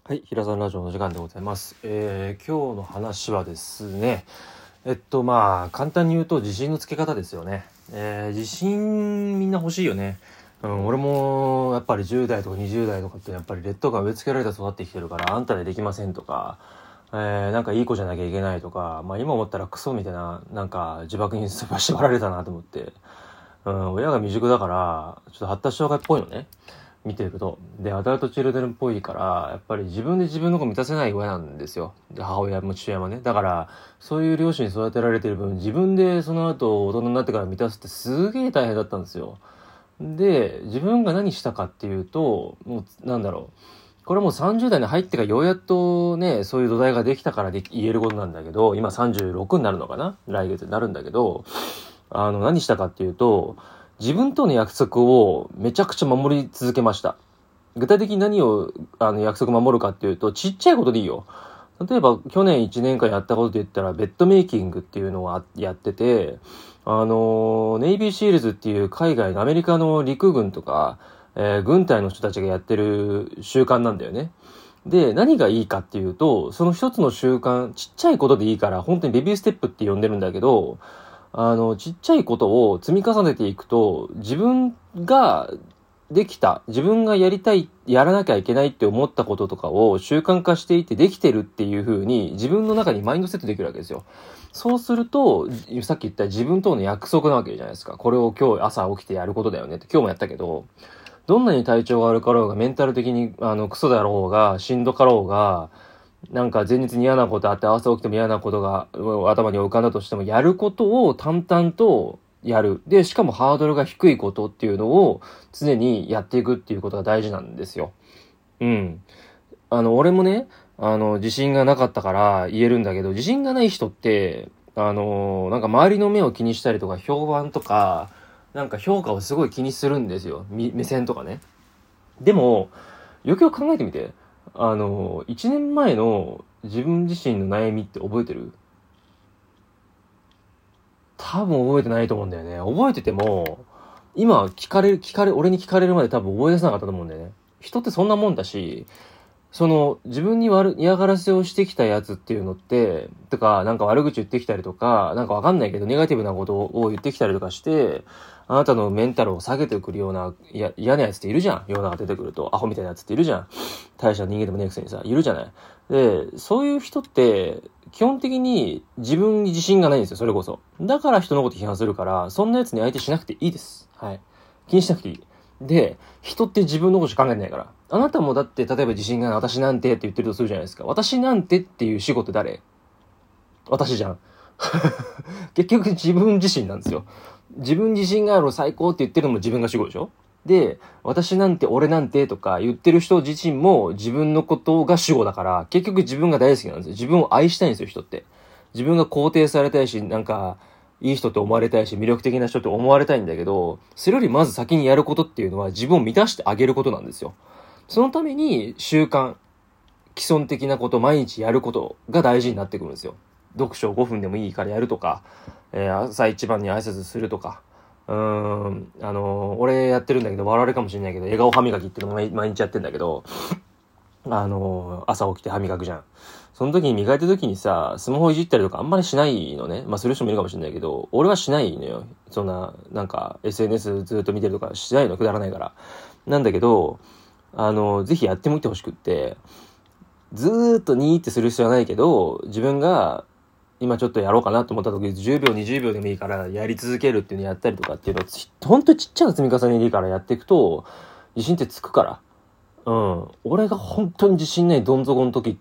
はい、平沢ラジオの時間でございます。今日の話はですね、簡単に言うと自信のつけ方ですよね。自信みんな欲しいよね。俺もやっぱり10代とか20代とかってやっぱり劣等感植え付けられて育ってきてるから、あんたでできませんとか、なんかいい子じゃなきゃいけないとか、今思ったらクソみたいな、なんか呪縛に縛られたなと思って、親が未熟だから、ちょっと発達障害っぽいのね。見てると。で、アダルトチルドレンっぽいから、やっぱり自分で自分の子満たせない親なんですよ。で、母親も父親もね。だから、そういう両親に育てられてる分、自分でその後大人になってから満たすってすげえ大変だったんですよ。で、自分が何したかっていうと、もう、これもう30代に入ってからようやっとね、そういう土台ができたから言えることなんだけど、今36になるのかな？来月になるんだけど、何したかっていうと、自分との約束をめちゃくちゃ守り続けました。具体的に何を約束守るかっていうと、ちっちゃいことでいいよ。例えば去年1年間やったことで言ったらベッドメイキングっていうのをやってて、ネイビーシールズっていう海外のアメリカの陸軍とか、軍隊の人たちがやってる習慣なんだよね。で、何がいいかっていうと、その一つの習慣、ちっちゃいことでいいから、本当にベビーステップって呼んでるんだけど、ちっちゃいことを積み重ねていくと、自分ができた、自分がやりたい、やらなきゃいけないって思ったこととかを習慣化していてできてるっていう風に自分の中にマインドセットできるわけですよ。そうすると、さっき言った自分との約束なわけじゃないですか。これを今日朝起きてやることだよねって、今日もやったけど、どんなに体調が悪かろうが、メンタル的にクソだろうが、しんどかろうが、なんか前日に嫌なことあって朝起きても嫌なことが頭に浮かんだとしても、やることを淡々とやる。で、しかもハードルが低いことっていうのを常にやっていくっていうことが大事なんですよ。うん。俺もね、自信がなかったから言えるんだけど、自信がない人って、なんか周りの目を気にしたりとか、評判とか、なんか評価をすごい気にするんですよ。目線とかね。でも、よくよく考えてみて。1年前の自分自身の悩みって覚えてる？多分覚えてないと思うんだよね。覚えてても、今俺に聞かれるまで多分覚え出せなかったと思うんだよね。人ってそんなもんだし、自分に嫌がらせをしてきたやつっていうのって、なんか悪口言ってきたりとか、なんかわかんないけど、ネガティブなことを言ってきたりとかして、あなたのメンタルを下げてくるような、嫌なやつっているじゃん。世の中出てくると。アホみたいなやつっているじゃん。大した人間でもねえくせにさ、いるじゃない。で、そういう人って、基本的に自分に自信がないんですよ、それこそ。だから人のこと批判するから、そんなやつに相手しなくていいです。はい。気にしなくていい。で、人って自分のことしか考えてないから。あなたもだって、例えば自信がない、私なんてって言ってるとするじゃないですか。私なんてっていう死後って誰？私じゃん。結局自分自身なんですよ。自分自身がある最高って言ってるのも自分が死後でしょ？で、私なんて俺なんてとか言ってる人自身も自分のことが主語だから、結局自分が大好きなんですよ。自分を愛したいんですよ、人って。自分が肯定されたいし、なんか、いい人って思われたいし、魅力的な人って思われたいんだけど、それよりまず先にやることっていうのは自分を満たしてあげることなんですよ。そのために習慣、基礎的なこと、毎日やることが大事になってくるんですよ。読書を5分でもいいからやるとか、朝一番に挨拶するとか、俺やってるんだけど、笑われるかもしれないけど、笑顔歯磨きっていうのも毎日やってんだけど、朝起きて歯磨くじゃん。その時に磨いた時にさ、スマホいじったりとかあんまりしないのね。する人もいるかもしれないけど、俺はしないのよ。そんな、なんか、SNS ずっと見てるとかしないの、くだらないから。なんだけど、ぜひやってみてほしくって、ずーっとニーってする必要はないけど、自分が今ちょっとやろうかなと思った時、10秒、20秒でもいいからやり続けるっていうのやったりとかっていうのを、ほんとちっちゃな積み重ねでいいからやっていくと、自信ってつくから。俺が本当に自信ないどん底の時って、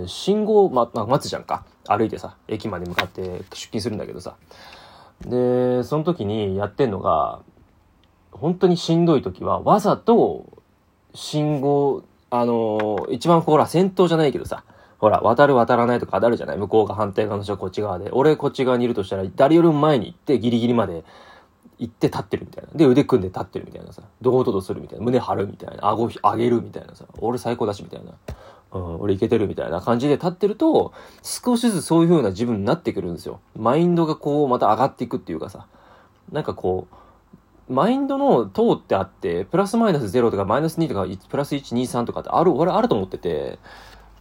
信号、待つじゃんか。歩いてさ、駅まで向かって出勤するんだけどさ。で、その時にやってんのが、本当にしんどい時は、わざと、信号、一番ほら、先頭じゃないけどさ、ほら、渡らないとかあるじゃない？向こうが反対側の人はこっち側で。俺こっち側にいるとしたら、誰よりも前に行って、ギリギリまで行って立ってるみたいな。で、腕組んで立ってるみたいなさ。堂々とするみたいな。胸張るみたいな。顎上げるみたいなさ。俺最高だしみたいな。俺いけてるみたいな感じで立ってると、少しずつそういう風な自分になってくるんですよ。マインドがこう、また上がっていくっていうかさ。なんかこう、マインドの塔ってあって、プラスマイナス0とかマイナス2とかプラス1、2、3とかって俺あると思ってて、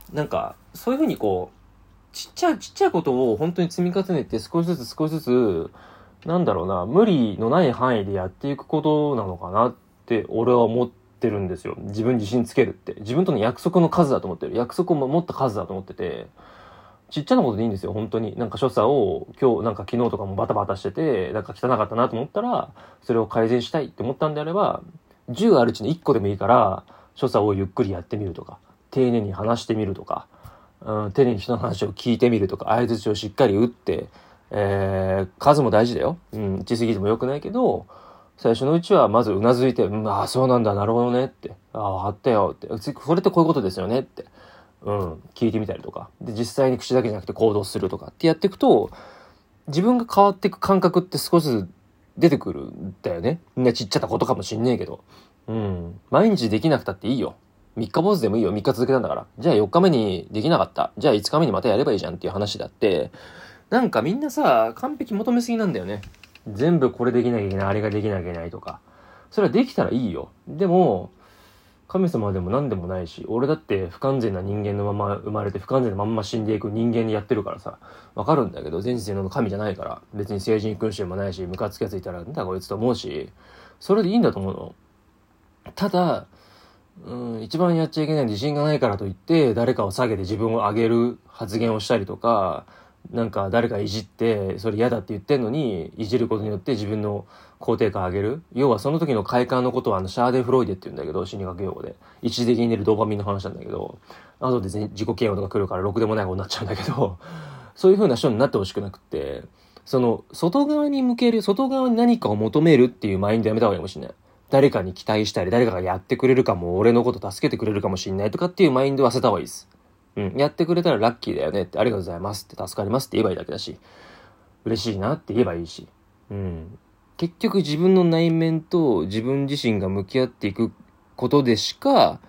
なんかそういうふうにこうちっちゃいことを本当に積み重ねて少しずつなんだろうな、無理のない範囲でやっていくことなのかなって俺は思ってるんですよ。自分に自信つけるって自分との約束の数だと思ってる。約束を守った数だと思ってて、ちっちゃなことでいいんですよ。本当になんか所作を今日なんか昨日とかもバタバタしててなんか汚かったなと思ったら、それを改善したいって思ったんであれば、10あるうちの1個でもいいから所作をゆっくりやってみるとか、丁寧に話してみるとか、丁寧に人の話を聞いてみるとか、相槌をしっかり打って、数も大事だよ。打ちすぎても良くないけど、最初のうちはまずうなずいて、ああ、そうなんだ、なるほどねって、ああ、分かったよって、それってこういうことですよねって、聞いてみたりとか、で、実際に口だけじゃなくて行動するとかってやっていくと、自分が変わっていく感覚って少しずつ出てくるんだよね。みんなちっちゃなことかもしんねえけど。毎日できなくたっていいよ。3日坊主でもいいよ。3日続けたんだから。じゃあ4日目にできなかった。じゃあ5日目にまたやればいいじゃんっていう話だって、なんかみんなさ、完璧求めすぎなんだよね。全部これできなきゃいけない、あれができなきゃいけないとか。それはできたらいいよ。でも、神様でも何でもないし、俺だって不完全な人間のまま生まれて不完全なまんま死んでいく人間にやってるからさ、わかるんだけど、前世の神じゃないから、別に聖人君主でもないし、ムカつきがついたら、なんだこいつと思うし、それでいいんだと思うの。ただ、一番やっちゃいけない自信がないからといって、誰かを下げて自分を上げる発言をしたりとか、なんか誰かいじってそれ嫌だって言ってんのにいじることによって自分の肯定感を上げる。要はその時の快感のことはシャーデンフロイデって言うんだけど、心理学用語で一時的に出るドーパミンの話なんだけど、後で自己嫌悪とか来るからろくでもないことになっちゃうんだけど、そういう風な人になってほしくなくって、その外側に向ける、外側に何かを求めるっていうマインドやめた方がいいかもしれない。誰かに期待したり、誰かがやってくれるかも、俺のこと助けてくれるかもしれないとかっていうマインドは捨てた方がいいです。やってくれたらラッキーだよねって、ありがとうございますって、助かりますって言えばいいだけだし、嬉しいなって言えばいいし、結局自分の内面と自分自身が向き合っていくことでしか、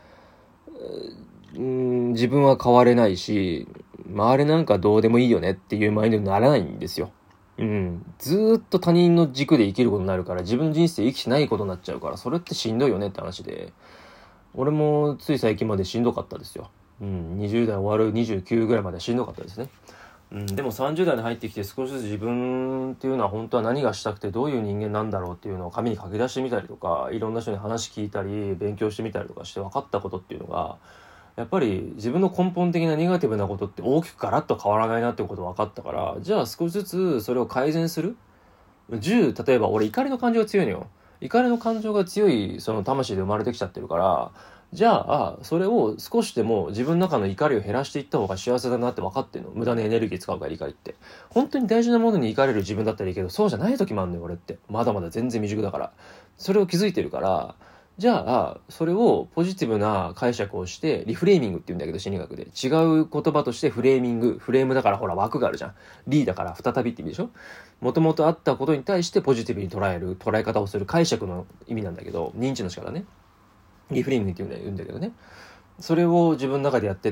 自分は変われないし、周りなんかどうでもいいよねっていうマインドにならないんですよ。ずーっと他人の軸で生きることになるから、自分の人生生きてないことになっちゃうから、それってしんどいよねって話で、俺もつい最近までしんどかったですよ。20代終わる29ぐらいまでしんどかったですね。でも30代に入ってきて少しずつ自分っていうのは本当は何がしたくてどういう人間なんだろうっていうのを紙に書き出してみたりとか、いろんな人に話聞いたり勉強してみたりとかして分かったことっていうのが、やっぱり自分の根本的なネガティブなことって大きくガラッと変わらないなってこと分かったから、じゃあ少しずつそれを改善する。例えば俺怒りの感情が強いのよ。怒りの感情が強いその魂で生まれてきちゃってるから、じゃあそれを少しでも自分の中の怒りを減らしていった方が幸せだなって分かってんの。無駄なエネルギー使うから怒りって。本当に大事なものに怒れる自分だったらいいけど、そうじゃない時もあるのよ俺って。まだまだ全然未熟だから。それを気づいてるから、じゃあそれをポジティブな解釈をしてリフレーミングって言うんだけど、心理学で違う言葉としてフレーミング。フレームだからほら枠があるじゃん。リーだから再びって意味でしょ。もともとあったことに対してポジティブに捉える捉え方をする解釈の意味なんだけど、認知の仕方ね、リフレーミングって言うんだけどね、それを自分の中でやってって、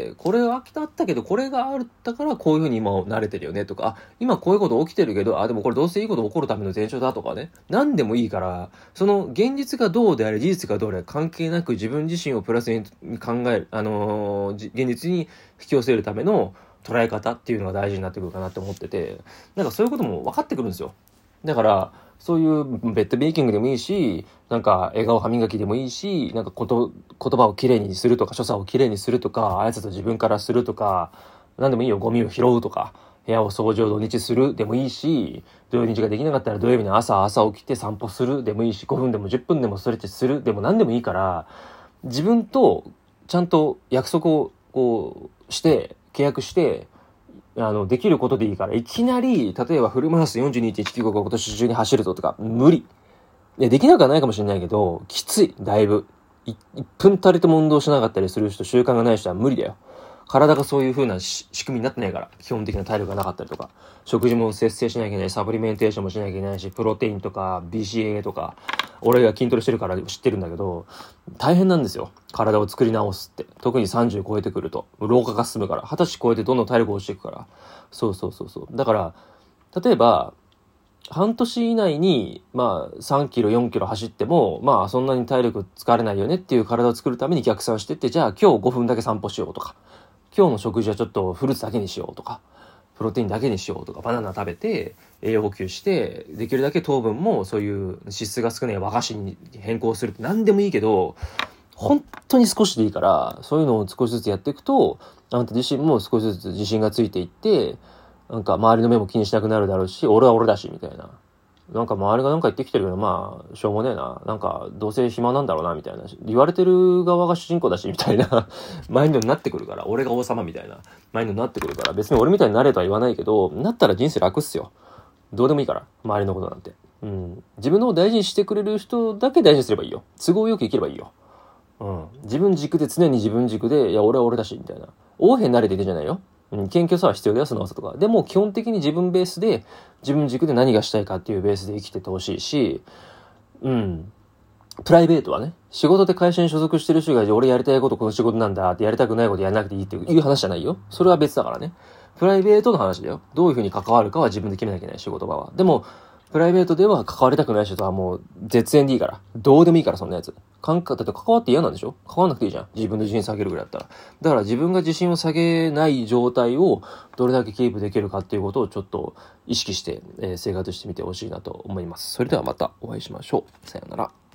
これ飽きたったけどこれがあったからこういうふうに今慣れてるよねとか、今こういうこと起きてるけど、でもこれどうせいいこと起こるための前兆だとかね、何でもいいから、その現実がどうであれ事実がどうであれ関係なく自分自身をプラスに考える、現実に引き寄せるための捉え方っていうのが大事になってくるかなって思ってて、なんかそういうことも分かってくるんですよ。だからそういうベッドメイキングでもいいし、なんか笑顔歯磨きでもいいし、なんか言葉をきれいにするとか、所作をきれいにするとか、挨拶を自分からするとか、何でもいいよ。ゴミを拾うとか、部屋を掃除を土日するでもいいし、土曜日ができなかったら土曜日の朝起きて散歩するでもいいし、5分でも10分でもストレッチするでも何でもいいから、自分とちゃんと約束をこうして契約してできることでいいから、いきなり例えばフルマラソン 42.195 が今年中に走るぞとか無理。いや、できなくはないかもしれないけど、きつい。だいぶ1分たりとも運動しなかったりする人、習慣がない人は無理だよ。体がそういう風な仕組みになってないから、基本的な体力がなかったりとか、食事も節制しなきゃいけない、サプリメンテーションもしなきゃいけないし、プロテインとか BCAA とか、俺が筋トレしてるから知ってるんだけど、大変なんですよ。体を作り直すって。特に30超えてくると。老化が進むから。20歳超えてどんどん体力落ちていくから。そう。だから、例えば、半年以内に、3キロ、4キロ走っても、そんなに体力疲れないよねっていう体を作るために逆算してって、じゃあ今日5分だけ散歩しようとか。 今日の食事はちょっとフルーツだけにしようとか、プロテインだけにしようとか、バナナ食べて栄養補給して、できるだけ糖分もそういう脂質が少ない和菓子に変更するって何でもいいけど、本当に少しでいいから、そういうのを少しずつやっていくと、あなた自身も少しずつ自信がついていって、なんか周りの目も気にしなくなるだろうし、俺は俺だし、みたいな。なんか周りがなんか言ってきてるけど、まあ、しょうもねえな。なんか、どうせ暇なんだろうな、みたいな。言われてる側が主人公だし、みたいなマインドになってくるから、俺が王様みたいなマインドになってくるから、別に俺みたいになれとは言わないけど、なったら人生楽っすよ。どうでもいいから、周りのことなんて。うん。自分のを大事にしてくれる人だけ大事にすればいいよ。都合よく生きればいいよ。うん。自分軸で、常に自分軸で、いや、俺は俺だし、みたいな。横柄になれていてじゃないよ。謙虚さは必要だよ、素直さとか。でも基本的に自分ベースで、自分軸で何がしたいかっていうベースで生きててほしいし、うん。プライベートはね、仕事で会社に所属してる人が、俺やりたいことこの仕事なんだってやりたくないことやらなくていいっていう話じゃないよ。それは別だからね。プライベートの話だよ。どういうふうに関わるかは自分で決めなきゃいけない、仕事場は。でも、プライベートでは関わりたくない人とはもう絶縁でいいから。どうでもいいから、そんなやつ。だって関わって嫌なんでしょ？関わんなくていいじゃん。自分の自信下げるぐらいだったら。だから自分が自信を下げない状態をどれだけキープできるかっていうことをちょっと意識して、生活してみてほしいなと思います。それではまたお会いしましょう。さようなら。